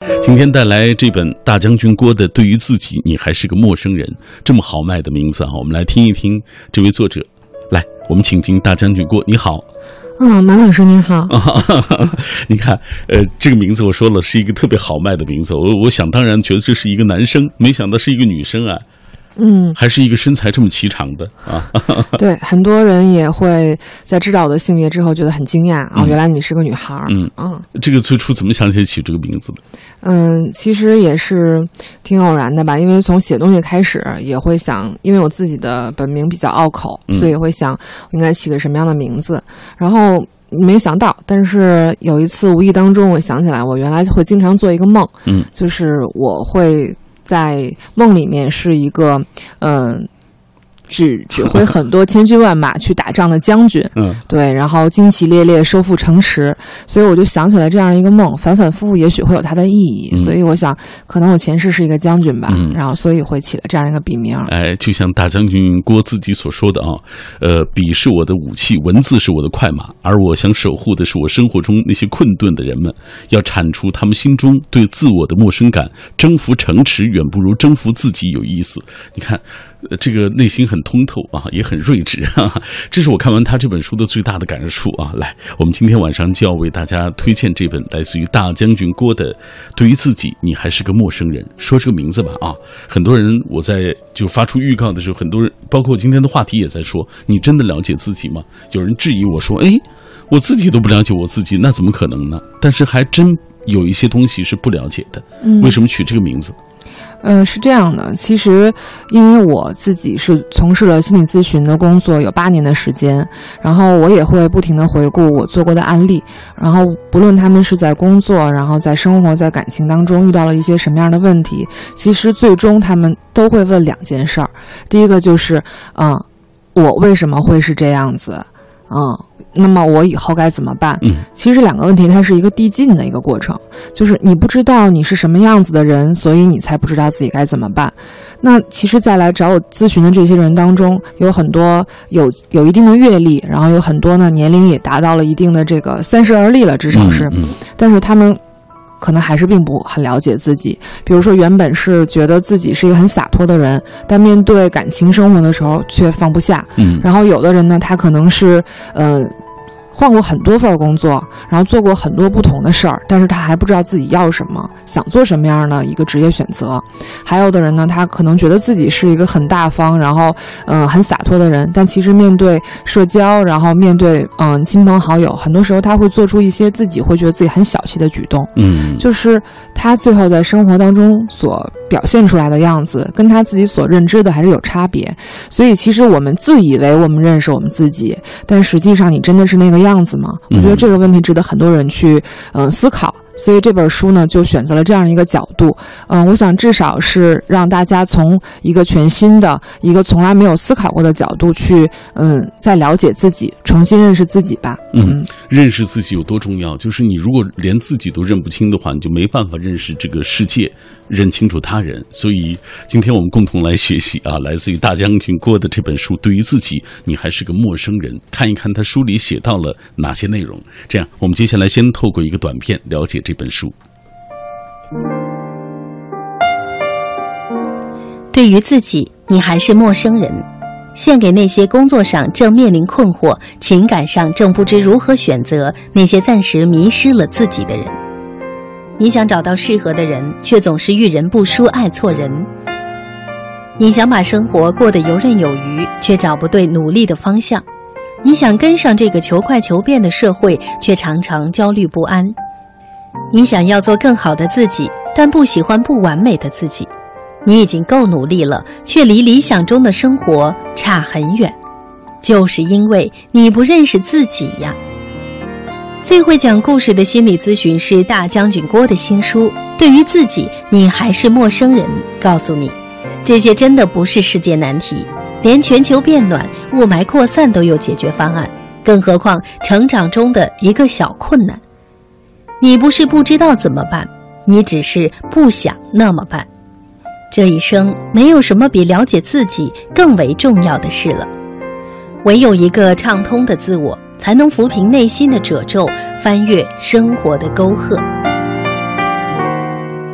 今天带来这本大将军郭的《对于自己，你还是个陌生人》，这么豪迈的名字啊！我们来听一听这位作者。来，我们请进大将军郭，你好。 马老师您好。 你看，这个名字我说了是一个特别豪迈的名字，我想当然觉得这是一个男生，没想到是一个女生啊。还是一个身材这么颀长的啊。 对，很多人也会在知道我的性别之后觉得很惊讶啊，原来你是个女孩。 这个最初怎么想起起这个名字的？ 其实也是挺偶然的吧，因为从写东西开始也会想，因为我自己的本名比较拗口，所以会想应该起个什么样的名字，然后没想到，但是有一次无意当中我想起来，我原来会经常做一个梦，就是我会在梦里面是一个指挥很多千军万马去打仗的将军，对，然后惊奇烈烈收复城池，所以我就想起来这样一个梦，反反复复也许会有它的意义，所以我想可能我前世是一个将军吧，然后所以会起了这样一个笔名。 就像大将军郭自己所说的啊，笔是我的武器，文字是我的快马，而我想守护的是我生活中那些困顿的人们，要铲除他们心中对自我的陌生感，征服城池远不如征服自己有意思。你看这个内心很通透啊，也很睿智啊，这是我看完他这本书的最大的感触啊。来，我们今天晚上就要为大家推荐这本来自于大将军郭的《对于自己，你还是个陌生人》。说这个名字吧啊，很多人我在就发出预告的时候，很多人包括今天的话题也在说，你真的了解自己吗？有人质疑我说，我自己都不了解我自己，那怎么可能呢？但是还真有一些东西是不了解的。为什么取这个名字？ 是这样的，其实因为我自己是从事了心理咨询的工作有8年的时间，然后我也会不停地回顾我做过的案例，然后不论他们是在工作，然后在生活，在感情当中遇到了一些什么样的问题，其实最终他们都会问2件事儿。第一个就是我为什么会是这样子，那么我以后该怎么办？其实2个问题它是一个递进的一个过程，就是你不知道你是什么样子的人，所以你才不知道自己该怎么办。那其实再来找我咨询的这些人当中，有很多有一定的阅历，然后有很多呢年龄也达到了一定的这个30而立了，至少是，但是他们可能还是并不很了解自己。比如说原本是觉得自己是一个很洒脱的人，但面对感情生活的时候却放不下。然后有的人呢，他可能是换过很多份工作，然后做过很多不同的事儿，但是他还不知道自己要什么，想做什么样的一个职业选择。还有的人呢，他可能觉得自己是一个很大方，然后很洒脱的人，但其实面对社交，然后面对亲朋好友，很多时候他会做出一些自己会觉得自己很小气的举动。就是他最后在生活当中所表现出来的样子，跟他自己所认知的还是有差别。所以其实我们自以为我们认识我们自己，但实际上你真的是那个样子吗？我觉得这个问题值得很多人去思考。所以这本书呢，就选择了这样一个角度，我想至少是让大家从一个全新的、一个从来没有思考过的角度去，再了解自己，重新认识自己吧。 认识自己有多重要？就是你如果连自己都认不清的话，你就没办法认识这个世界，认清楚他人。所以今天我们共同来学习啊，来自于大将军郭的这本书《对于自己，你还是个陌生人》，看一看他书里写到了哪些内容。这样，我们接下来先透过一个短片了解这本书。 对于自己，你还是陌生人。献给那些工作上正面临困惑、情感上正不知如何选择、那些暂时迷失了自己的人。你想找到适合的人，却总是遇人不淑，爱错人。你想把生活过得游刃有余，却找不对努力的方向。你想跟上这个求快求变的社会，却常常焦虑不安。你想要做更好的自己，但不喜欢不完美的自己。你已经够努力了，却离理想中的生活差很远，就是因为你不认识自己呀。最会讲故事的心理咨询师大将军郭的新书《对于自己，你还是陌生人》，告诉你，这些真的不是世界难题，连全球变暖、雾霾扩散都有解决方案，更何况成长中的一个小困难。你不是不知道怎么办，你只是不想那么办。这一生没有什么比了解自己更为重要的事了。唯有一个畅通的自我，才能抚平内心的褶皱，翻越生活的沟壑。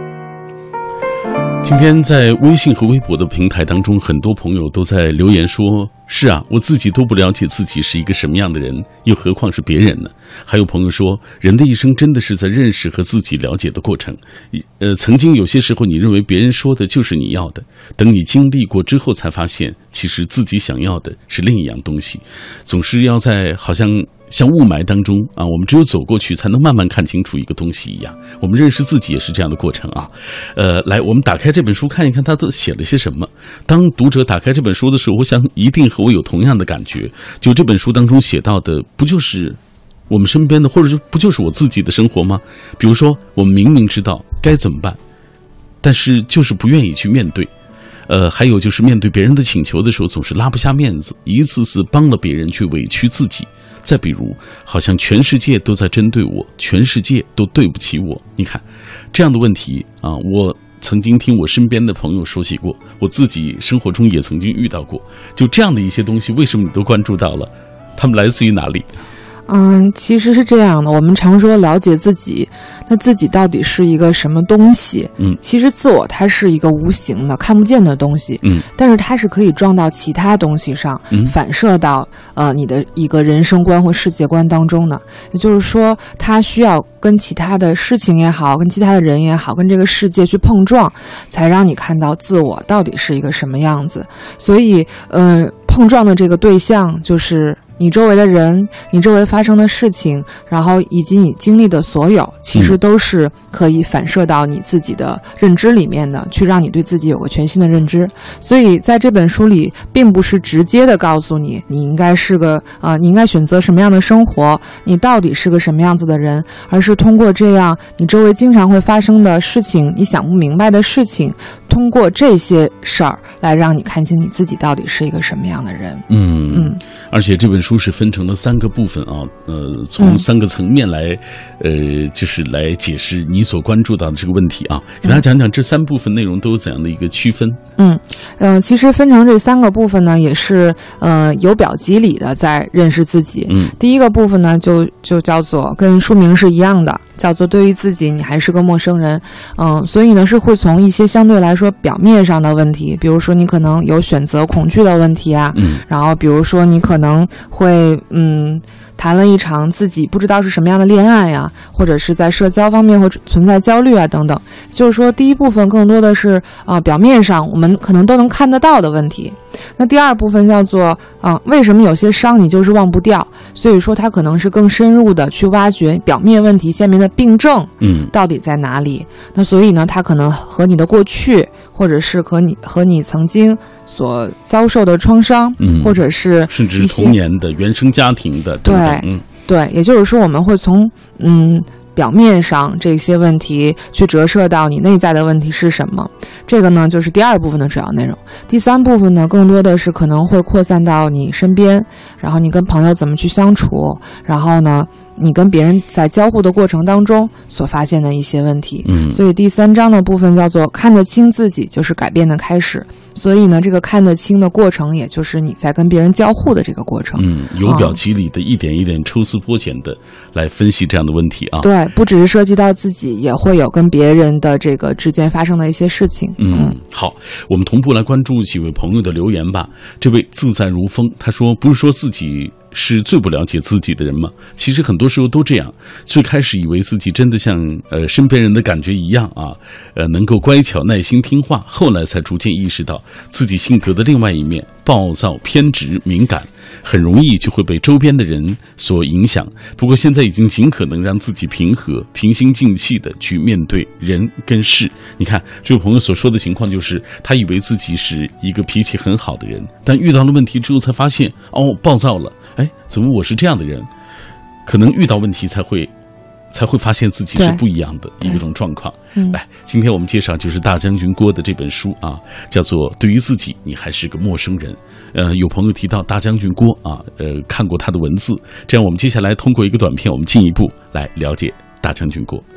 今天在微信和微博的平台当中，很多朋友都在留言说，是啊，我自己都不了解自己是一个什么样的人，又何况是别人呢？还有朋友说，人的一生真的是在认识和自己了解的过程。曾经有些时候你认为别人说的就是你要的，等你经历过之后才发现，其实自己想要的是另一样东西。总是要在好像雾霾当中啊，我们只有走过去才能慢慢看清楚一个东西一样。我们认识自己也是这样的过程啊。来，我们打开这本书看一看，它都写了些什么。当读者打开这本书的时候，我想一定和我有同样的感觉。就这本书当中写到的，不就是我们身边的，或者是不就是我自己的生活吗？比如说，我们明明知道该怎么办，但是就是不愿意去面对。还有就是面对别人的请求的时候，总是拉不下面子，一次次帮了别人却委屈自己。再比如，好像全世界都在针对我，全世界都对不起我。你看，这样的问题啊，我曾经听我身边的朋友说起过，我自己生活中也曾经遇到过。就这样的一些东西，为什么你都关注到了？他们来自于哪里？ 其实是这样的，我们常说了解自己，那自己到底是一个什么东西？其实自我它是一个无形的、看不见的东西，但是它是可以撞到其他东西上，反射到你的一个人生观或世界观当中的。也就是说，它需要跟其他的事情也好，跟其他的人也好，跟这个世界去碰撞，才让你看到自我到底是一个什么样子。所以，碰撞的这个对象就是你周围的人，你周围发生的事情，然后以及你经历的所有，其实都是可以反射到你自己的认知里面的，去让你对自己有个全新的认知。所以在这本书里，并不是直接的告诉你，你应该是个你应该选择什么样的生活，你到底是个什么样子的人，而是通过这样你周围经常会发生的事情，你想不明白的事情，通过这些事儿来让你看清你自己到底是一个什么样的人。 而且这本书是分成了3个部分啊，从3个层面来，就是来解释你所关注到的这个问题啊。给大家讲讲这3部分内容都有怎样的一个区分？ 其实分成这3个部分呢，也是由表及里的在认识自己。第一个部分呢，就叫做跟书名是一样的，叫做对于自己你还是个陌生人。所以呢，是会从一些相对来说表面上的问题，比如说你可能有选择恐惧的问题啊，然后比如说你可能会谈了一场自己不知道是什么样的恋爱呀，或者是在社交方面会存在焦虑啊等等。就是说第一部分更多的是表面上我们可能都能看得到的问题。那第二部分叫做为什么有些伤你就是忘不掉，所以说它可能是更深入的去挖掘表面问题下面的病症到底在哪里。那所以呢，它可能和你的过去，或者是和你曾经所遭受的创伤，或者是甚至童年的原生家庭的等等。 对，也就是说我们会从表面上这些问题去折射到你内在的问题是什么。这个呢就是第2部分的主要内容。第3部分呢，更多的是可能会扩散到你身边，然后你跟朋友怎么去相处，然后呢你跟别人在交互的过程当中所发现的一些问题。所以第3章的部分叫做看得清自己就是改变的开始。所以呢，这个看得清的过程，也就是你在跟别人交互的这个过程。由表及里的一点一点抽丝剥茧的来分析这样的问题啊。对，不只是涉及到自己，也会有跟别人的这个之间发生的一些事情。 好，我们同步来关注几位朋友的留言吧。这位自在如风，他说不是说自己是最不了解自己的人吗？其实很多时候都这样。最开始以为自己真的像身边人的感觉一样啊，能够乖巧、耐心、听话，后来才逐渐意识到自己性格的另外一面，暴躁、偏执、敏感，很容易就会被周边的人所影响。不过现在已经尽可能让自己平和、平心静气的去面对人跟事。你看这位朋友所说的情况，就是他以为自己是一个脾气很好的人，但遇到了问题之后才发现，暴躁了，怎么我是这样的人？可能遇到问题才会发现自己是不一样的一种状况。来，今天我们介绍就是大将军郭的这本书啊，叫做《对于自己你还是个陌生人》。有朋友提到大将军郭啊，看过他的文字，这样我们接下来通过一个短片，我们进一步来了解大将军郭。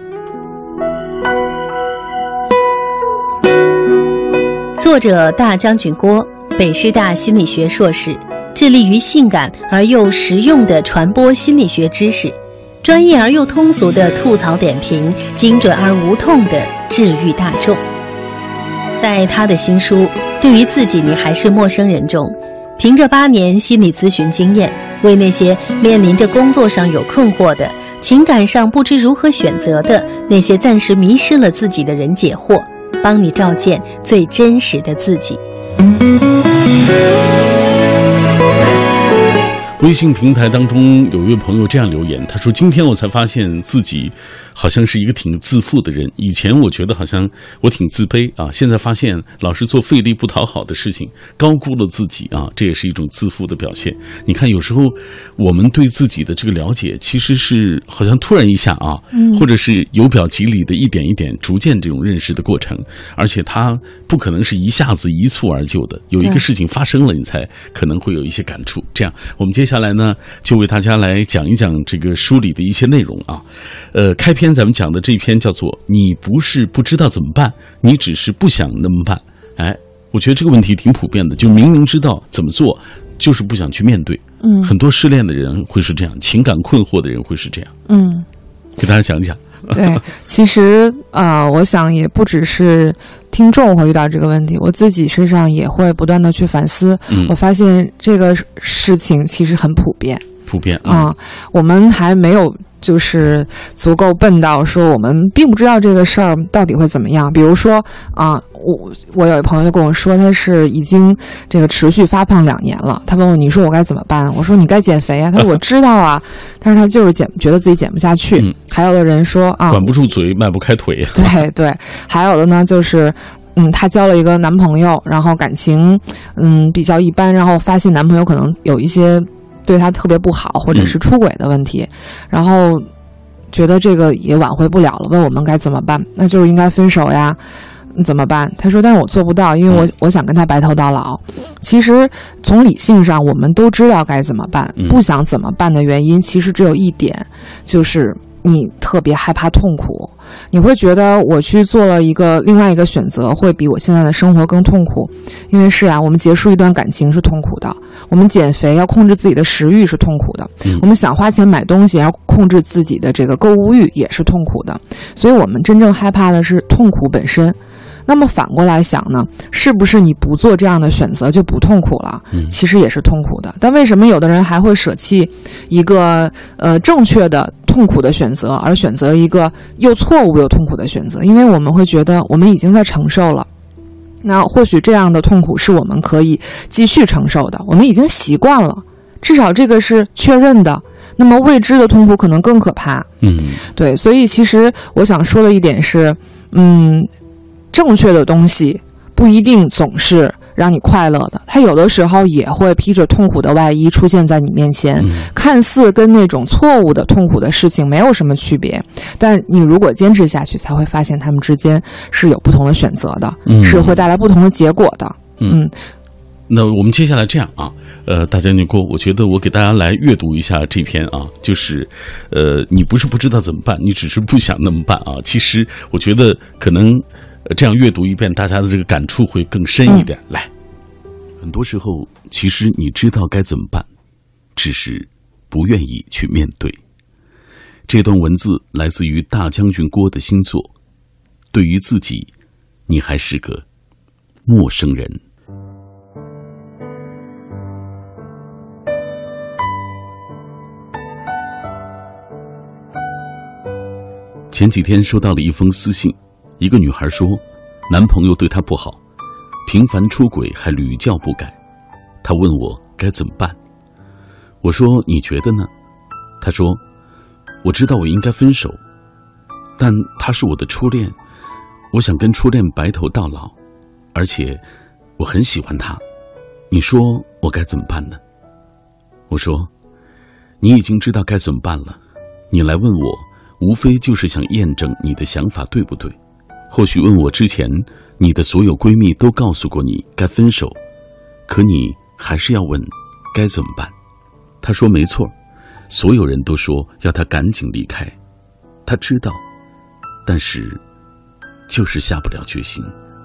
作者大将军郭，北师大心理学硕士，致力于性感而又实用的传播心理学知识，专业而又通俗的吐槽点评，精准而无痛的治愈大众。 在他的新书《对于自己你还是陌生人》中，凭着8年心理咨询经验，为那些面临着工作上有困惑的、情感上不知如何选择的、那些暂时迷失了自己的人解惑，帮你照见最真实的自己。 微信平台当中有一位朋友这样留言，他说：今天我才发现自己好像是一个挺自负的人，以前我觉得好像我挺自卑啊，现在发现老是做费力不讨好的事情，高估了自己啊，这也是一种自负的表现。你看有时候我们对自己的这个了解其实是好像突然一下啊，或者是由表及里的一点一点逐渐这种认识的过程，而且它不可能是一下子一蹴而就的，有一个事情发生了你才可能会有一些感触。这样我们接下来呢就为大家来讲一讲这个书里的一些内容啊。开篇咱们讲的这篇叫做你不是不知道怎么办，你只是不想那么办。哎，我觉得这个问题挺普遍的，就明明知道怎么做，就是不想去面对。很多失恋的人会是这样，情感困惑的人会是这样。给大家讲讲。 对，其实我想也不只是听众会遇到这个问题，我自己身上也会不断的去反思。我发现这个事情其实很普遍。我们还没有就是足够笨到说我们并不知道这个事儿到底会怎么样。比如说我有一朋友就跟我说，他是已经这个持续发胖2年了，他问我，你说我该怎么办？我说你该减肥啊。他说我知道啊，但是他就是觉得自己减不下去。还有的人说管不住嘴迈不开腿。 对对，还有的呢就是她交了一个男朋友，然后感情比较一般，然后发现男朋友可能有一些对她特别不好，或者是出轨的问题，然后觉得这个也挽回不了了，问我们该怎么办？那就是应该分手呀，怎么办？他说但是我做不到，因为我想跟他白头到老。其实从理性上我们都知道该怎么办，不想怎么办的原因其实只有一点，就是你特别害怕痛苦，你会觉得我去做了另外一个选择会比我现在的生活更痛苦。因为是啊，我们结束一段感情是痛苦的，我们减肥要控制自己的食欲是痛苦的，我们想花钱买东西要控制自己的这个购物欲也是痛苦的。所以我们真正害怕的是痛苦本身。那么反过来想呢，是不是你不做这样的选择就不痛苦了？其实也是痛苦的。但为什么有的人还会舍弃一个正确的痛苦的选择，而选择一个又错误又痛苦的选择？因为我们会觉得我们已经在承受了，那或许这样的痛苦是我们可以继续承受的，我们已经习惯了，至少这个是确认的。那么未知的痛苦可能更可怕。对，所以其实我想说的一点是，正确的东西不一定总是让你快乐的，它有的时候也会披着痛苦的外衣出现在你面前，看似跟那种错误的痛苦的事情没有什么区别，但你如果坚持下去，才会发现它们之间是有不同的选择的，是会带来不同的结果的。 那我们接下来这样啊，大家我觉得我给大家来阅读一下这篇啊，就是你不是不知道怎么办，你只是不想那么办啊。其实我觉得可能这样阅读一遍，大家的这个感触会更深一点。来，很多时候其实你知道该怎么办，只是不愿意去面对。这段文字来自于大将军郭的新作，对于自己，你还是个陌生人。前几天收到了一封私信，一个女孩说，男朋友对她不好，频繁出轨还屡教不改。她问我该怎么办。我说你觉得呢？她说我知道我应该分手，但他是我的初恋，我想跟初恋白头到老，而且我很喜欢他，你说我该怎么办呢？我说你已经知道该怎么办了，你来问我无非就是想验证你的想法对不对。或许问我之前，你的所有闺蜜都告诉过你该分手，可你还是要问该怎么办。她说没错，所有人都说要她赶紧离开，她知道，但是就是下不了决心。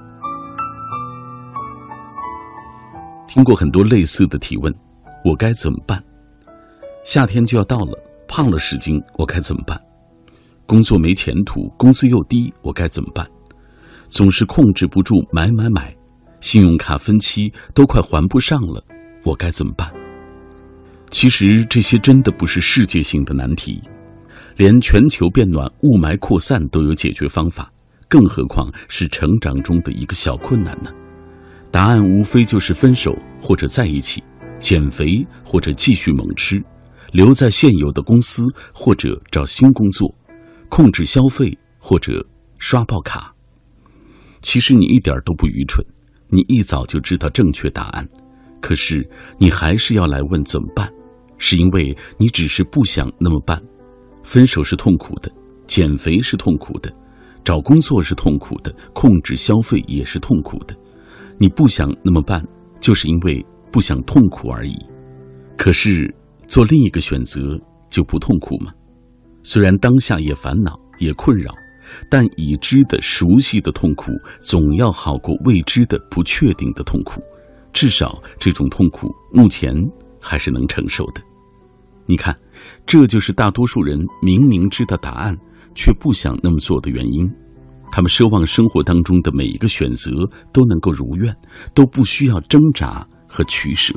听过很多类似的提问，我该怎么办？夏天就要到了，胖了10斤，我该怎么办？工作没前途，工资又低，我该怎么办？ 总是控制不住买，信用卡分期都快还不上了，我该怎么办？其实这些真的不是世界性的难题，连全球变暖、雾霾扩散都有解决方法，更何况是成长中的一个小困难呢？答案无非就是分手或者在一起，减肥或者继续猛吃，留在现有的公司或者找新工作，控制消费或者刷爆卡。其实你一点都不愚蠢，你一早就知道正确答案，可是你还是要来问怎么办，是因为你只是不想那么办。分手是痛苦的，减肥是痛苦的，找工作是痛苦的，控制消费也是痛苦的。你不想那么办，就是因为不想痛苦而已。可是做另一个选择就不痛苦吗？虽然当下也烦恼也困扰，但已知的熟悉的痛苦总要好过未知的不确定的痛苦，至少这种痛苦目前还是能承受的。你看，这就是大多数人明明知道答案却不想那么做的原因。他们奢望生活当中的每一个选择都能够如愿，都不需要挣扎和取舍。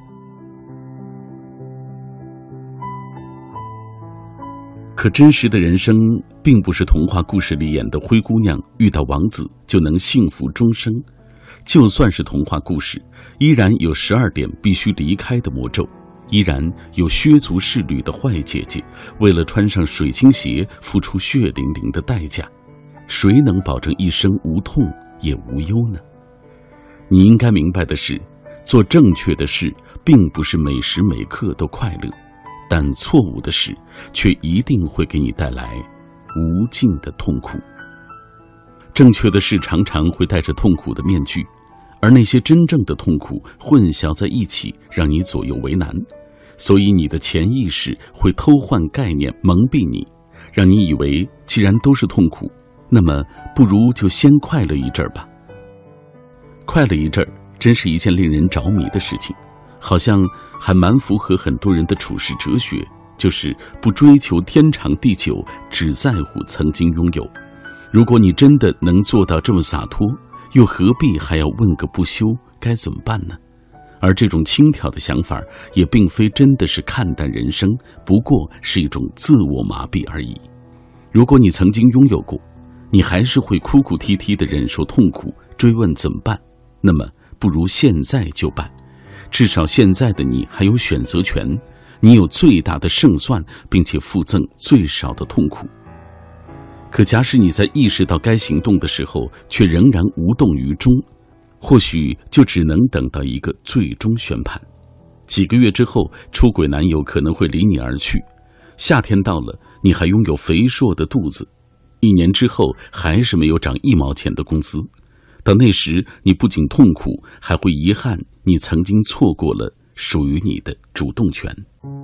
可真实的人生并不是童话故事里演的灰姑娘遇到王子就能幸福终生，就算是童话故事，依然有12点必须离开的魔咒，依然有削足适履的坏姐姐为了穿上水晶鞋付出血淋淋的代价。谁能保证一生无痛也无忧呢？你应该明白的是，做正确的事并不是每时每刻都快乐，但错误的事却一定会给你带来无尽的痛苦。正确的事常常会带着痛苦的面具，而那些真正的痛苦混淆在一起，让你左右为难。所以你的潜意识会偷换概念，蒙蔽你，让你以为既然都是痛苦，那么不如就先快乐一阵儿吧。快乐一阵儿真是一件令人着迷的事情，好像还蛮符合很多人的处世哲学，就是不追求天长地久，只在乎曾经拥有。如果你真的能做到这么洒脱，又何必还要问个不休，该怎么办呢？而这种轻佻的想法也并非真的是看淡人生，不过是一种自我麻痹而已。如果你曾经拥有过，你还是会哭哭啼啼地忍受痛苦，追问怎么办，那么不如现在就办。至少现在的你还有选择权，你有最大的胜算，并且附赠最少的痛苦。可假使你在意识到该行动的时候却仍然无动于衷，或许就只能等到一个最终宣判。几个月之后，出轨男友可能会离你而去，夏天到了，你还拥有肥硕的肚子，1年之后还是没有涨1毛钱的工资。到那时，你不仅痛苦，还会遗憾你曾经错过了属于你的主动权。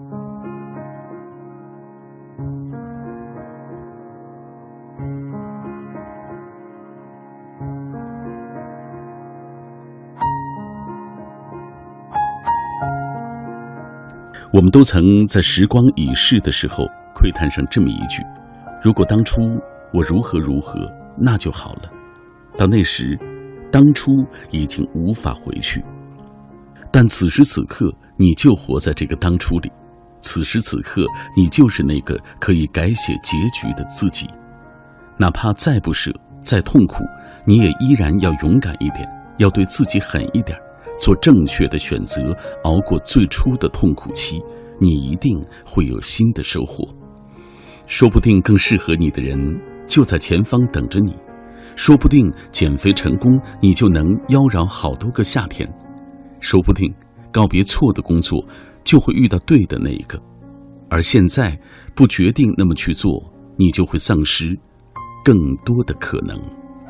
我们都曾在时光已逝的时候窥探上这么一句：如果当初我如何如何，那就好了。到那时，当初已经无法回去。但此时此刻，你就活在这个当初里，此时此刻，你就是那个可以改写结局的自己。哪怕再不舍，再痛苦，你也依然要勇敢一点，要对自己狠一点，做正确的选择，熬过最初的痛苦期，你一定会有新的收获。说不定更适合你的人就在前方等着你，说不定减肥成功，你就能妖娆好多个夏天，说不定告别错的工作，就会遇到对的那一个。而现在不决定那么去做，你就会丧失更多的可能。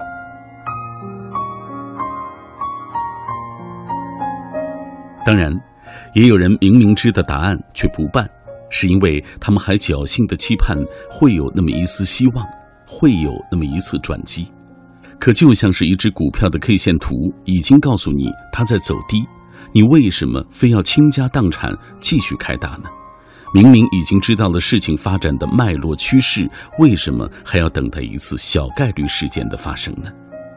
当然，也有人明明知道答案却不办，是因为他们还侥幸地期盼会有那么一丝希望，会有那么一次转机。可就像是一只股票的 K 线图已经告诉你它在走低，你为什么非要倾家荡产继续开打呢？明明已经知道了事情发展的脉络趋势，为什么还要等待一次小概率事件的发生呢？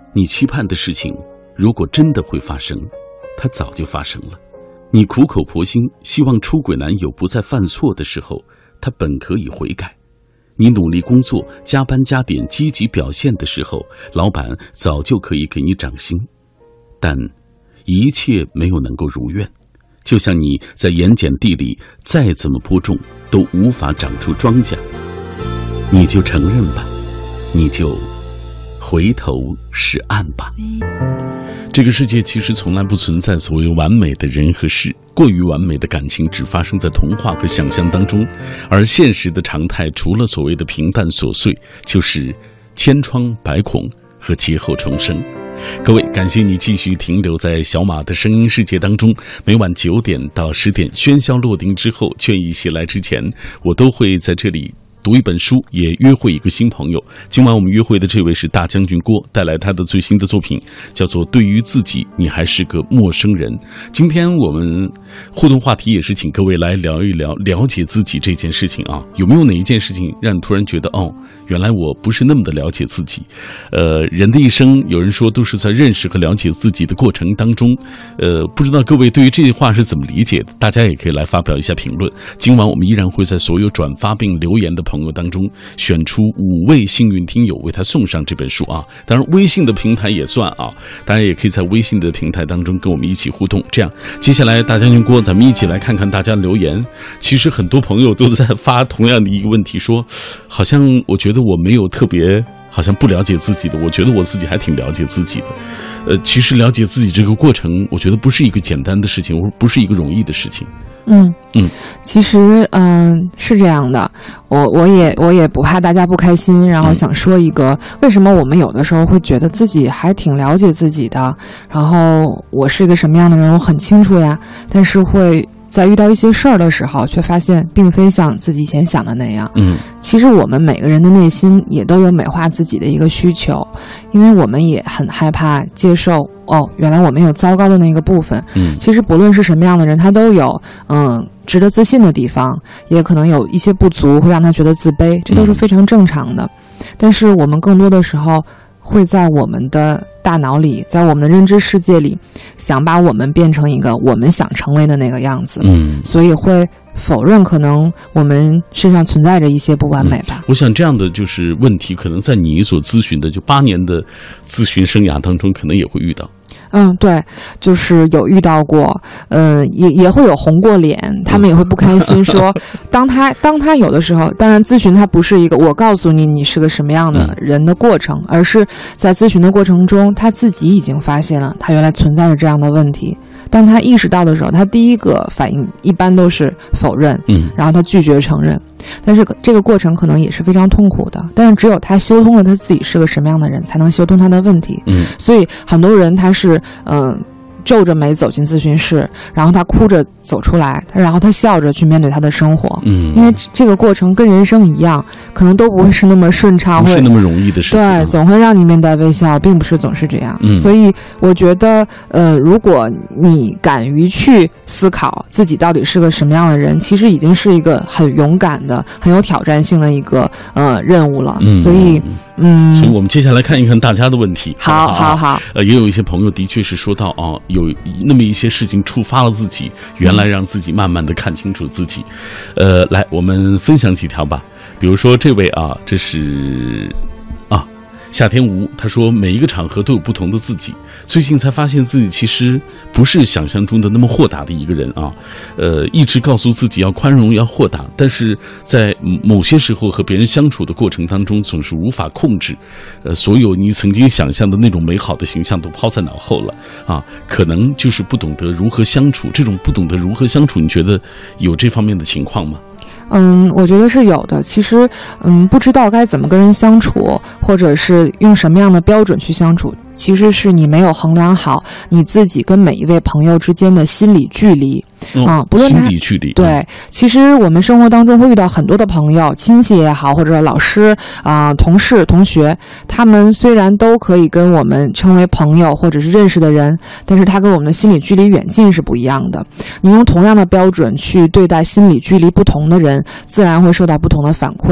你期盼的事情如果真的会发生，它早就发生了。你苦口婆心希望出轨男友不再犯错的时候，他本可以悔改。你努力工作，加班加点，积极表现的时候，老板早就可以给你涨薪。但一切没有能够如愿，就像你在盐碱地里再怎么播种都无法长出庄稼。你就承认吧，你就回头是岸吧。这个世界其实从来不存在所谓完美的人和事，过于完美的感情只发生在童话和想象当中，而现实的常态除了所谓的平淡琐碎，就是千疮百孔和劫后重生。各位，感谢你继续停留在小马的声音世界当中。每晚9点到10点，喧嚣落定之后，倦意袭来之前，我都会在这里读一本书，也约会一个新朋友。今晚我们约会的这位是大将军郭，带来他的最新的作品，叫做《对于自己，你还是个陌生人》。今天我们互动话题也是请各位来聊一聊了解自己这件事情啊，有没有哪一件事情让你突然觉得原来我不是那么的了解自己？人的一生，有人说都是在认识和了解自己的过程当中。不知道各位对于这句话是怎么理解的？大家也可以来发表一下评论。今晚我们依然会在所有转发并留言的朋友当中选出5位幸运听友，为他送上这本书啊。当然微信的平台也算啊，大家也可以在微信的平台当中跟我们一起互动。这样接下来大将军郭，咱们一起来看看大家留言。其实很多朋友都在发同样的一个问题，说好像我觉得我没有特别好像不了解自己的，我觉得我自己还挺了解自己的。其实了解自己这个过程，我觉得不是一个简单的事情，不是一个容易的事情。 其实是这样的，我也不怕大家不开心，然后想说一个，为什么我们有的时候会觉得自己还挺了解自己的，然后我是一个什么样的人我很清楚呀，但是会在遇到一些事儿的时候，却发现并非像自己以前想的那样。其实我们每个人的内心也都有美化自己的一个需求，因为我们也很害怕接受原来我们有糟糕的那个部分。其实不论是什么样的人，他都有值得自信的地方，也可能有一些不足会让他觉得自卑，这都是非常正常的。但是我们更多的时候会在我们的大脑里，在我们的认知世界里，想把我们变成一个我们想成为的那个样子。所以会否认可能我们身上存在着一些不完美吧。 我想这样的就是问题，可能在你所咨询的就8年的咨询生涯当中，可能也会遇到。 对，就是有遇到过，也会有红过脸，他们也会不开心，说当他有的时候，当然咨询它不是一个我告诉你是个什么样的人的过程，而是在咨询的过程中，他自己已经发现了他原来存在着这样的问题。当他意识到的时候，他第一个反应一般都是否认，然后他拒绝承认。但是这个过程可能也是非常痛苦的，但是只有他修通了他自己是个什么样的人，才能修通他的问题。所以很多人他是皱着眉走进咨询室，然后他哭着走出来，然后他笑着去面对他的生活。因为这个过程跟人生一样，可能都不会是那么顺畅， 不是那么容易的事情。 对，总会让你面带微笑，并不是总是这样。所以我觉得如果你敢于去思考自己到底是个什么样的人，其实已经是一个很勇敢的、很有挑战性的一个任务了。所以我们接下来看一看大家的问题。 好。 也有一些朋友的确是说到有那么一些事情触发了自己，原来让自己慢慢的看清楚自己。来，我们分享几条吧。比如说这位这是夏天无，他说每一个场合都有不同的自己，最近才发现自己其实不是想象中的那么豁达的一个人一直告诉自己要宽容要豁达，但是在某些时候和别人相处的过程当中总是无法控制，所有你曾经想象的那种美好的形象都抛在脑后了可能就是不懂得如何相处。这种不懂得如何相处，你觉得有这方面的情况吗？ 我觉得是有的。其实不知道该怎么跟人相处，或者是用什么样的标准去相处，其实是你没有衡量好你自己跟每一位朋友之间的心理距离。不论他心理距离。 对，其实我们生活当中会遇到很多的朋友，亲戚也好，或者老师同事同学，他们虽然都可以跟我们称为朋友或者是认识的人，但是他跟我们的心理距离远近是不一样的。你用同样的标准去对待心理距离不同的人，自然会受到不同的反馈。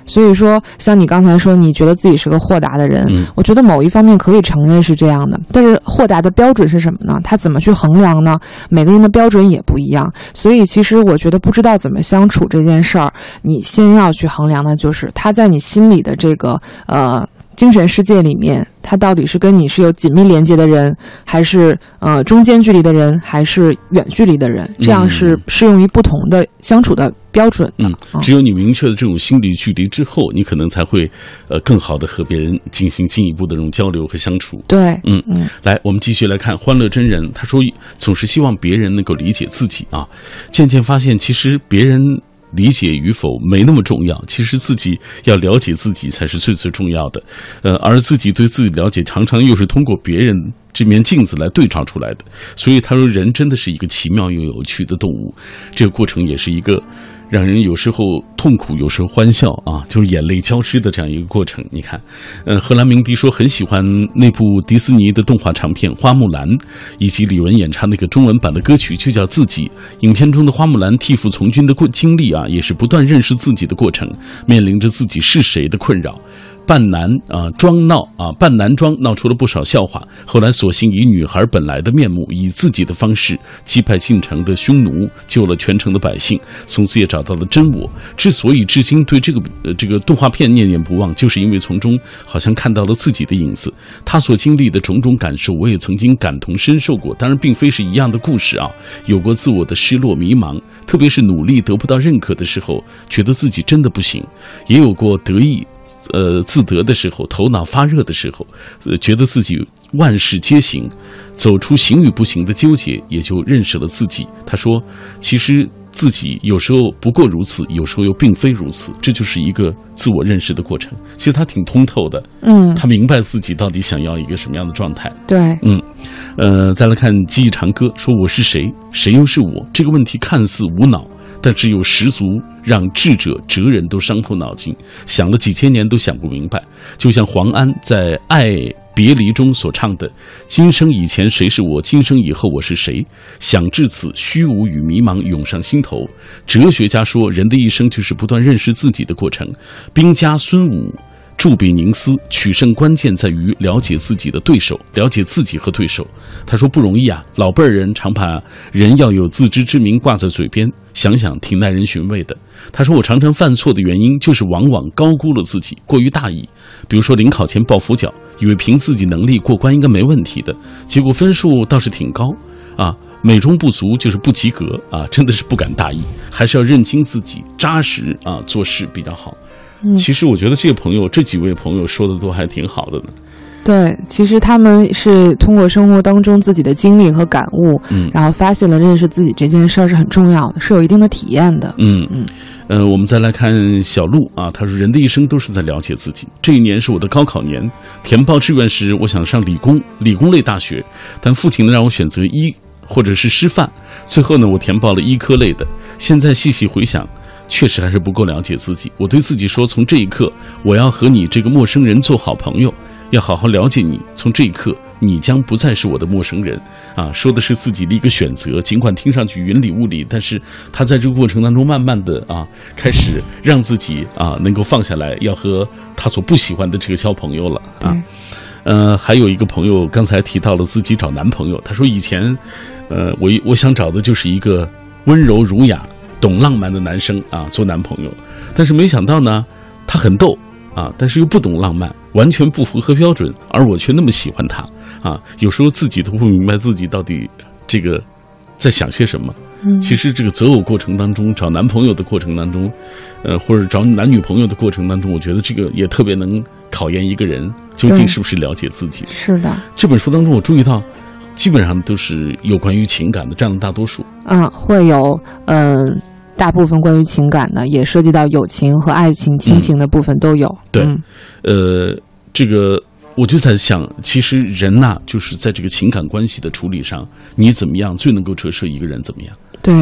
所以说，像你刚才说，你觉得自己是个豁达的人，我觉得某一方面可以承认是这样的。但是豁达的标准是什么呢？他怎么去衡量呢？每个人的标准也不一样。所以其实我觉得不知道怎么相处这件事儿，你先要去衡量的就是他在你心里的这个精神世界里面，他到底是跟你是有紧密连接的人，还是中间距离的人，还是远距离的人？这样是适用于不同的相处的标准的。 只有你明确的这种心理距离之后，你可能才会更好的和别人进行进一步的这种交流和相处。 对， 来，我们继续来看欢乐真人，他说总是希望别人能够理解自己啊，渐渐发现其实别人理解与否没那么重要，其实自己要了解自己才是最最重要的。而自己对自己了解常常又是通过别人这面镜子来对照出来的。所以他说人真的是一个奇妙又有趣的动物，这个过程也是一个让人有时候痛苦有时候欢笑啊，就是眼泪交织的这样一个过程。你看荷兰鸣笛说很喜欢那部迪士尼的动画长片《花木兰》，以及李玟演唱那个中文版的歌曲就叫自己。影片中的花木兰替父从军的经历啊，也是不断认识自己的过程，面临着自己是谁的困扰，扮男装闹扮男装闹出了不少笑话，后来索性以女孩本来的面目，以自己的方式击败进城的匈奴，救了全城的百姓，从此也找到了真我。之所以至今对这个动画片念念不忘，就是因为从中好像看到了自己的影子。他所经历的种种感受，我也曾经感同身受过，当然并非是一样的故事啊，有过自我的失落迷茫，特别是努力得不到认可的时候，觉得自己真的不行，也有过得意自得的时候，头脑发热的时候，觉得自己万事皆行，走出行与不行的纠结，也就认识了自己。他说其实自己有时候不过如此，有时候又并非如此，这就是一个自我认识的过程。其实他挺通透的，他明白自己到底想要一个什么样的状态。 对， 再来看记忆长歌说我是谁，谁又是我？这个问题看似无脑，但只有十足让智者哲人都伤透脑筋，想了几千年都想不明白。就像黄安在《爱别离》中所唱的，今生以前谁是我，今生以后我是谁，想至此，虚无与迷茫涌上心头。哲学家说人的一生就是不断认识自己的过程。兵家孙武著笔凝思，取胜关键在于了解自己的对手，了解自己和对手。他说不容易啊，老辈人常把人要有自知之明挂在嘴边，想想挺耐人寻味的。他说我常常犯错的原因就是往往高估了自己，过于大意。比如说临考前抱佛脚，以为凭自己能力过关应该没问题的，结果分数倒是挺高啊，美中不足就是不及格啊，真的是不敢大意，还是要认清自己，扎实啊做事比较好。其实我觉得这几位朋友说的都还挺好的呢。 对，其实他们是通过生活当中自己的经历和感悟，然后发现了认识自己这件事儿是很重要的，是有一定的体验的。 我们再来看小陆啊，他说人的一生都是在了解自己。这一年是我的高考年，填报志愿时我想上理工类大学，但父亲呢让我选择医或者是师范，最后呢我填报了医科类的。现在细细回想，确实还是不够了解自己。我对自己说，从这一刻我要和你这个陌生人做好朋友，要好好了解你，从这一刻你将不再是我的陌生人啊。说的是自己的一个选择，尽管听上去云里雾里，但是他在这个过程当中慢慢的开始让自己能够放下来，要和他所不喜欢的这个交朋友了啊。还有一个朋友刚才提到了自己找男朋友，他说以前我想找的就是一个温柔儒雅懂浪漫的男生做男朋友，但是没想到呢他很逗但是又不懂浪漫，完全不符合标准，而我却那么喜欢他有时候自己都不明白自己到底这个在想些什么。其实这个择偶过程当中，找男朋友的过程当中或者找男女朋友的过程当中，我觉得这个也特别能考验一个人究竟是不是了解自己。 是的， 这本书当中我注意到基本上都是有关于情感的，占了大多数。 会有大部分关于情感的，也涉及到友情和爱情、亲情的部分都有。 对，这个我就在想，其实人呐，就是在这个情感关系的处理上，你怎么样最能够折射一个人怎么样？ 对，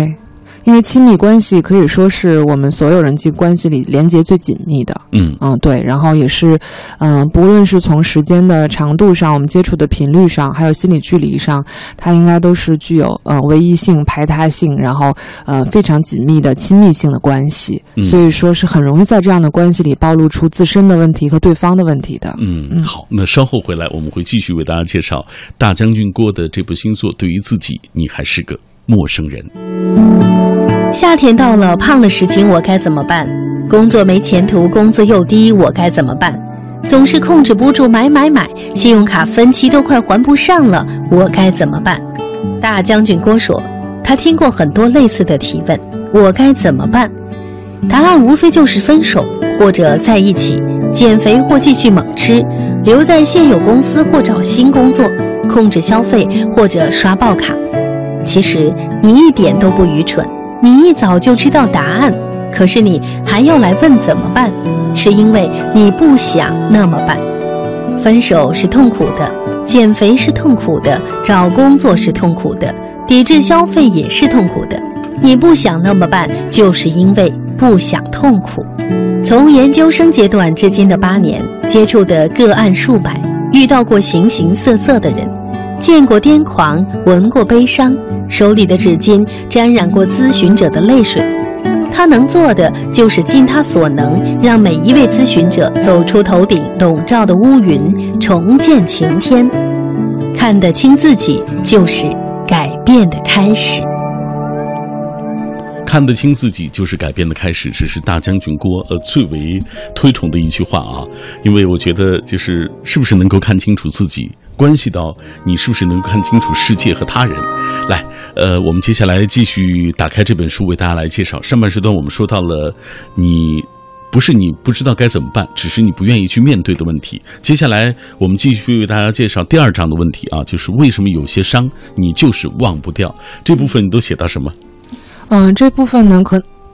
因为亲密关系可以说是我们所有人际关系里连接最紧密的。对，然后也是不论是从时间的长度上，我们接触的频率上，还有心理距离上，它应该都是具有唯一性、排他性，然后非常紧密的亲密性的关系。所以说是很容易在这样的关系里暴露出自身的问题和对方的问题的。 好，那稍后回来我们会继续为大家介绍大将军郭的这部新作《对于自己，你还是个陌生人》。 夏天到了，胖了10斤，我该怎么办？工作没前途，工资又低，我该怎么办？总是控制不住买，信用卡分期都快还不上了，我该怎么办？大将军郭说，他听过很多类似的提问，我该怎么办？答案无非就是分手，或者在一起，减肥或继续猛吃，留在现有公司或找新工作，控制消费或者刷爆卡。其实你一点都不愚蠢，你一早就知道答案，可是你还要来问怎么办，是因为你不想那么办。分手是痛苦的，减肥是痛苦的，找工作是痛苦的，抵制消费也是痛苦的。你不想那么办，就是因为不想痛苦。从研究生阶段至今的8年，接触的个案数百，遇到过形形色色的人，见过癫狂，闻过悲伤，手里的纸巾沾染过咨询者的泪水。他能做的就是尽他所能，让每一位咨询者走出头顶笼罩的乌云，重见晴天。看得清自己，就是改变的开始。 看得清自己就是改变的开始，这是大将军郭最为推崇的一句话啊。因为我觉得是不是能够看清楚自己，关系到你是不是能够看清楚世界和他人。来，我们接下来继续打开这本书为大家来介绍。上半时段我们说到了你不知道该怎么办，只是你不愿意去面对的问题。接下来我们继续为大家介绍第2章的问题啊，就是为什么有些伤你就是忘不掉。这部分你都写到什么？ 这部分呢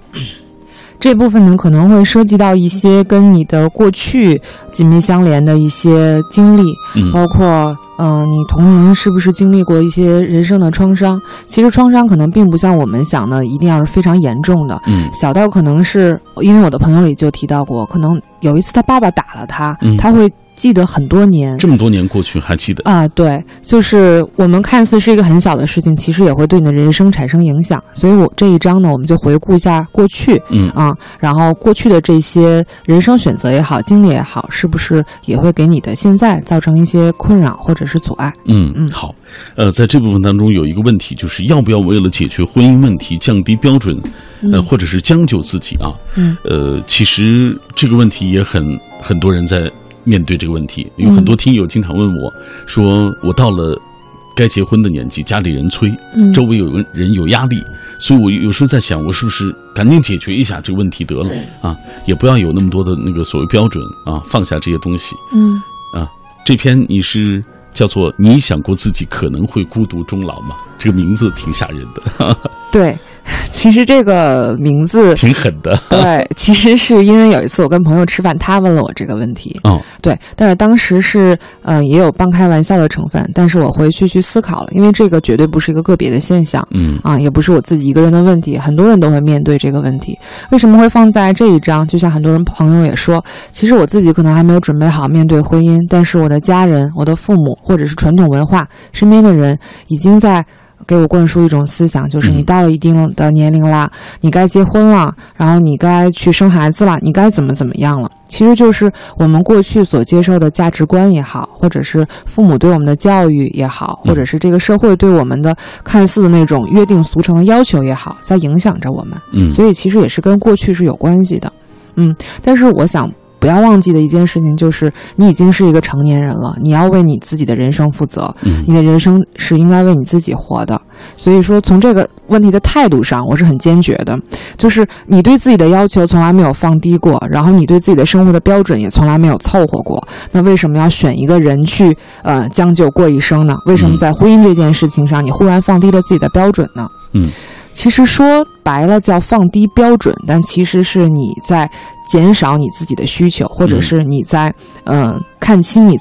可能会涉及到一些跟你的过去紧密相连的一些经历，包括你童年是不是经历过一些人生的创伤？其实创伤可能并不像我们想的一定要是非常严重的，小到可能是因为我的朋友里就提到过，可能有一次他爸爸打了他，他会记得很多年， 这么多年过去还记得啊？对，就是我们看似是一个很小的事情，其实也会对你的人生产生影响。所以我这一章呢，我们就回顾一下过去，然后过去的这些人生选择也好，经历也好，是不是也会给你的现在造成一些困扰或者是阻碍？ 好，在这部分当中有一个问题，就是要不要为了解决婚姻问题降低标准，或者是将就自己啊？其实这个问题也很多人在面对这个问题。有很多听友经常问我说，我到了该结婚的年纪，家里人催，周围有人有压力，所以我有时候在想，我是不是赶紧解决一下这个问题得了啊？也不要有那么多的那个所谓标准啊，放下这些东西。这篇你是叫做你想过自己可能会孤独终老吗？这个名字挺吓人的。 对，其实这个名字挺狠的。 对，其实是因为有一次我跟朋友吃饭，他问了我这个问题。对，但是当时是也有半开玩笑的成分，但是我回去思考了，因为这个绝对不是一个个别的现象，也不是我自己一个人的问题，很多人都会面对这个问题。为什么会放在这一章？就像很多人朋友也说，其实我自己可能还没有准备好面对婚姻，但是我的家人、我的父母或者是传统文化身边的人已经在给我灌输一种思想，就是你到了一定的年龄啦，你该结婚了，然后你该去生孩子了，你该怎么样了。其实就是我们过去所接受的价值观也好，或者是父母对我们的教育也好，或者是这个社会对我们的看似的那种约定俗成的要求也好，在影响着我们。所以其实也是跟过去是有关系的。但是我想不要忘记的一件事情就是，你已经是一个成年人了，你要为你自己的人生负责，你的人生是应该为你自己活的。所以说从这个问题的态度上，我是很坚决的，就是你对自己的要求从来没有放低过，然后你对自己的生活的标准也从来没有凑合过，那为什么要选一个人去将就过一生呢？为什么在婚姻这件事情上你忽然放低了自己的标准呢？其实说白了叫放低标准，但其实是你在减少你自己的需求，或者是你在看清你自己，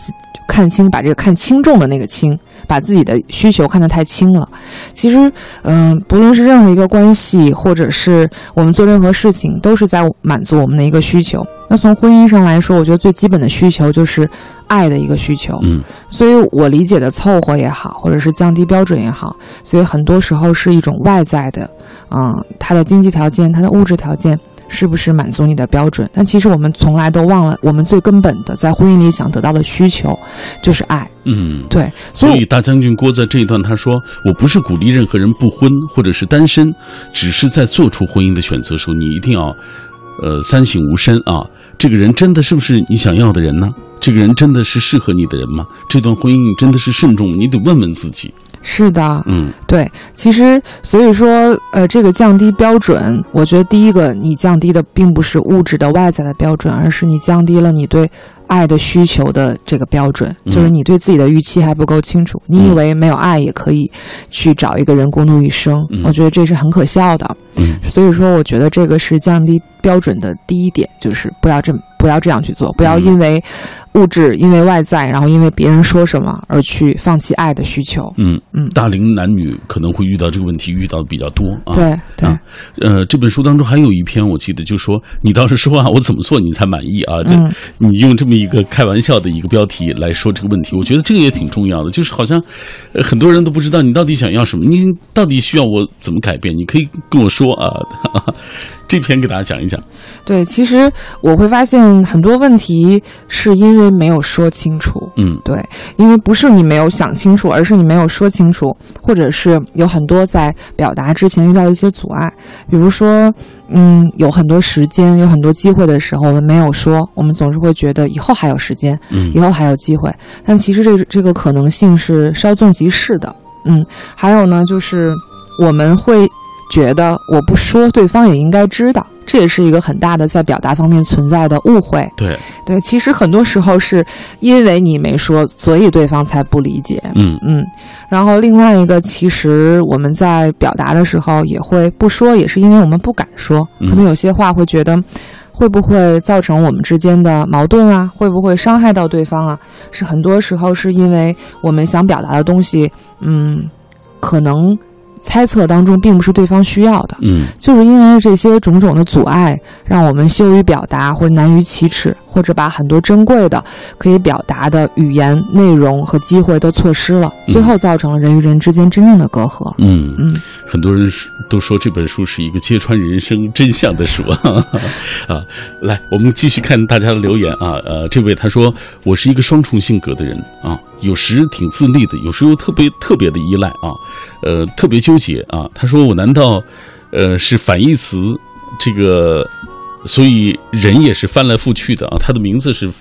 把这个看轻重的那个轻，把自己的需求看得太轻了。其实不论是任何一个关系，或者是我们做任何事情，都是在满足我们的一个需求。那从婚姻上来说，我觉得最基本的需求就是爱的一个需求。所以我理解的凑合也好，或者是降低标准也好，所以很多时候是一种外在的，他的经济条件，他的物质条件是不是满足你的标准。但其实我们从来都忘了，我们最根本的在婚姻里想得到的需求就是爱。对。 所以大将军郭在这一段他说，我不是鼓励任何人不婚或者是单身，只是在做出婚姻的选择时候，你一定要三省吾身啊。这个人真的是不是你想要的人呢？这个人真的是适合你的人吗？这段婚姻真的是慎重，你得问问自己。 是的，对，其实所以说，这个降低标准，我觉得第一个，你降低的并不是物质的外在的标准，而是你降低了你对爱的需求的这个标准，就是你对自己的预期还不够清楚，你以为没有爱也可以去找一个人共度一生，我觉得这是很可笑的。所以说，我觉得这个是降低标准的第一点，就是不要这样去做，不要因为物质、因为外在，然后因为别人说什么而去放弃爱的需求。 大龄男女可能会遇到这个问题，遇到的比较多啊。 对。 这本书当中还有一篇，我记得就说，你倒是说啊，我怎么做你才满意啊？你用这么一个开玩笑的一个标题来说这个问题，我觉得这个也挺重要的。就是好像很多人都不知道你到底想要什么，你到底需要我怎么改变？你可以跟我说啊。这篇给大家讲一讲。 对，其实我会发现很多问题是因为没有说清楚。对，因为不是你没有想清楚，而是你没有说清楚，或者是有很多在表达之前遇到了一些阻碍。比如说，有很多时间，有很多机会的时候，我们没有说，我们总是会觉得以后还有时间，以后还有机会，但其实这个可能性是稍纵即逝的。还有呢，就是我们会觉得我不说对方也应该知道，这也是一个很大的在表达方面存在的误会。对，其实很多时候是因为你没说，所以对方才不理解。然后另外一个，其实我们在表达的时候也会不说，也是因为我们不敢说，可能有些话会觉得会不会造成我们之间的矛盾啊，会不会伤害到对方啊，是很多时候是因为我们想表达的东西可能猜测当中并不是对方需要的，就是因为这些种种的阻碍，让我们羞于表达，或者难于启齿，或者把很多珍贵的可以表达的语言内容和机会都错失了，最后造成了人与人之间真正的隔阂。 很多人都说这本书是一个揭穿人生真相的书来，我们继续看大家的留言啊。这位他说，我是一个双重性格的人啊，有时挺自立的，有时候特别的依赖啊，特别纠结啊。他说我难道是反义词，这个所以人也是翻来覆去的啊。他的名字是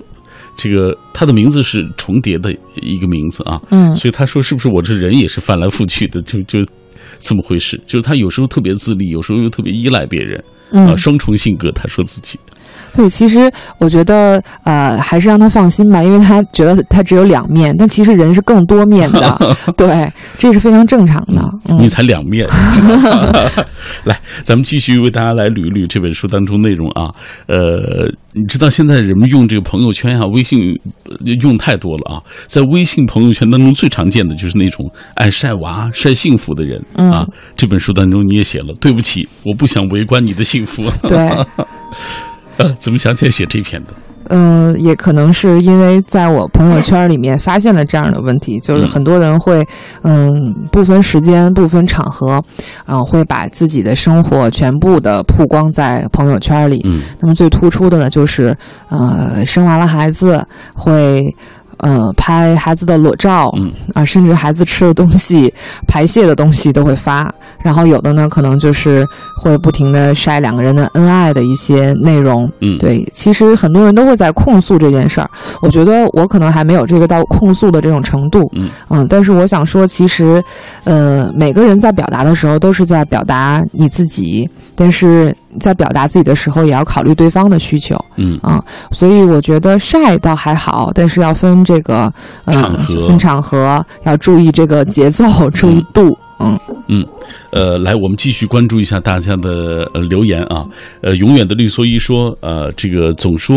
重叠的一个名字啊，所以他说是不是我这人也是翻来覆去的，就这么回事，就是他有时候特别自立，有时候又特别依赖别人双重性格，他说自己。 对，其实我觉得还是让他放心吧，因为他觉得他只有两面，但其实人是更多面的对，这是非常正常的。 你才两面来，咱们继续为大家来捋一捋这本书当中内容啊。你知道现在人们用这个朋友圈啊，微信用太多了啊，在微信朋友圈当中最常见的就是那种爱晒娃晒幸福的人啊。这本书当中你也写了，对不起，我不想围观你的幸福。对怎么想起来写这篇的？ 也可能是因为在我朋友圈里面发现了这样的问题，就是很多人会不分时间不分场合会把自己的生活全部的曝光在朋友圈里。那么最突出的呢，就是生完了孩子会拍孩子的裸照甚至孩子吃的东西排泄的东西都会发，然后有的呢可能就是会不停的晒两个人的恩爱的一些内容。对，其实很多人都会在控诉这件事儿，我觉得我可能还没有这个到控诉的这种程度。但是我想说，其实每个人在表达的时候都是在表达你自己，但是在表达自己的时候也要考虑对方的需求。所以我觉得晒倒还好，但是要分这个分场合，要注意这个节奏，注意度。 来，我们继续关注一下大家的留言啊。永远的绿蓑衣说，这个总说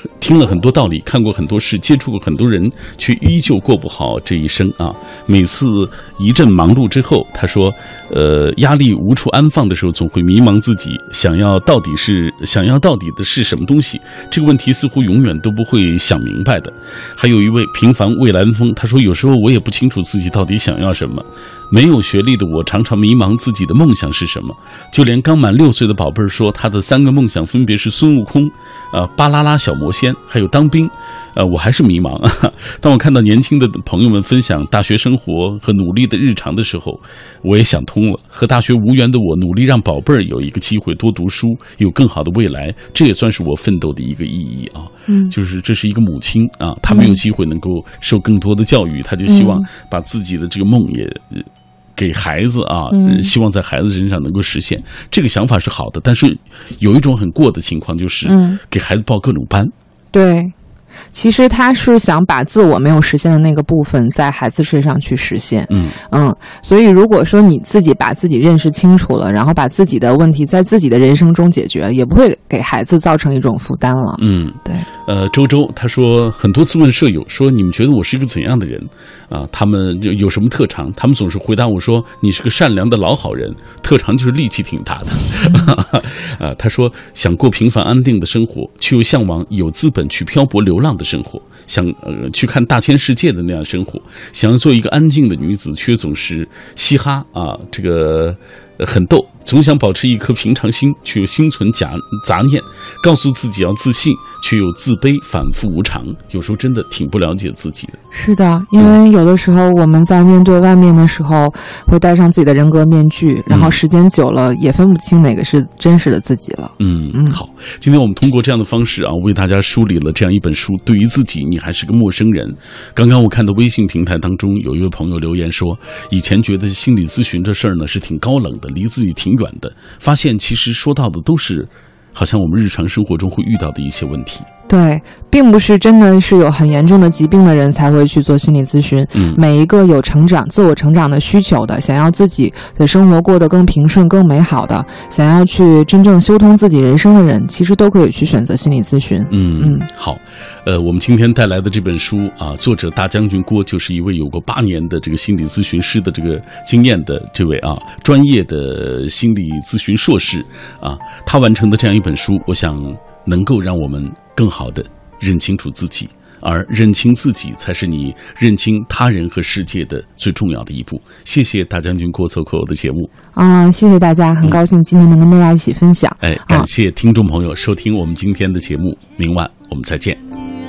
听了很多道理，看过很多事，接触过很多人，却依旧过不好这一生啊。每次一阵忙碌之后，他说压力无处安放的时候，总会迷茫自己想要到底的是什么东西，这个问题似乎永远都不会想明白的。还有一位平凡蔚蓝风，他说有时候我也不清楚自己到底想要什么，没有学历的我常常迷茫自己的梦想是什么，就连刚满6岁的宝贝儿说他的3个梦想分别是孙悟空、巴啦啦小魔仙还有当兵，我还是迷茫。当我看到年轻的朋友们分享大学生活和努力的日常的时候，我也想通了，和大学无缘的我努力让宝贝儿有一个机会多读书，有更好的未来，这也算是我奋斗的一个意义啊。就是这是一个母亲啊，她没有机会能够受更多的教育，她就希望把自己的这个梦也给孩子啊，希望在孩子身上能够实现。这个想法是好的，但是有一种很过的情况，就是给孩子报各种班。 对，其实他是想把自我没有实现的那个部分在孩子身上去实现。所以如果说你自己把自己认识清楚了，然后把自己的问题在自己的人生中解决了，也不会给孩子造成一种负担了。对。 周周他说很多次问舍友说你们觉得我是一个怎样的人啊？他们有什么特长？他们总是回答我说你是个善良的老好人，特长就是力气挺大的。他说想过平凡安定的生活，却又向往有资本去漂泊流浪的生活，想去看大千世界的那样生活，想要做一个安静的女子，却总是嘻哈啊，这个很逗，总想保持一颗平常心，却又心存杂念，告诉自己要自信，却又自卑，反复无常，有时候真的挺不了解自己的。是的， 因为有的时候我们在面对外面的时候，会戴上自己的人格面具，然后时间久了也分不清哪个是真实的自己了。 好，今天我们通过这样的方式啊，为大家梳理了这样一本书，对于自己你还是个陌生人。刚刚我看到微信平台当中有一位朋友留言说，以前觉得心理咨询这事儿呢是挺高冷的，离自己挺远的，发现其实说到的都是好像我们日常生活中会遇到的一些问题。 对，并不是真的是有很严重的疾病的人才会去做心理咨询。每一个有自我成长的需求的，想要自己的生活过得更平顺更美好的，想要去真正修通自己人生的人，其实都可以去选择心理咨询。 好，我们今天带来的这本书啊，作者大将军郭就是一位有过8年的这个心理咨询师的这个经验的这位啊，专业的心理咨询硕士啊，他完成的这样一本书，我想能够让我们更好的认清楚自己，而认清自己才是你认清他人和世界的最重要的一步。谢谢大将军郭走口的节目谢谢大家，很高兴今天能跟大家一起分享。 感谢听众朋友收听我们今天的节目，明晚我们再见。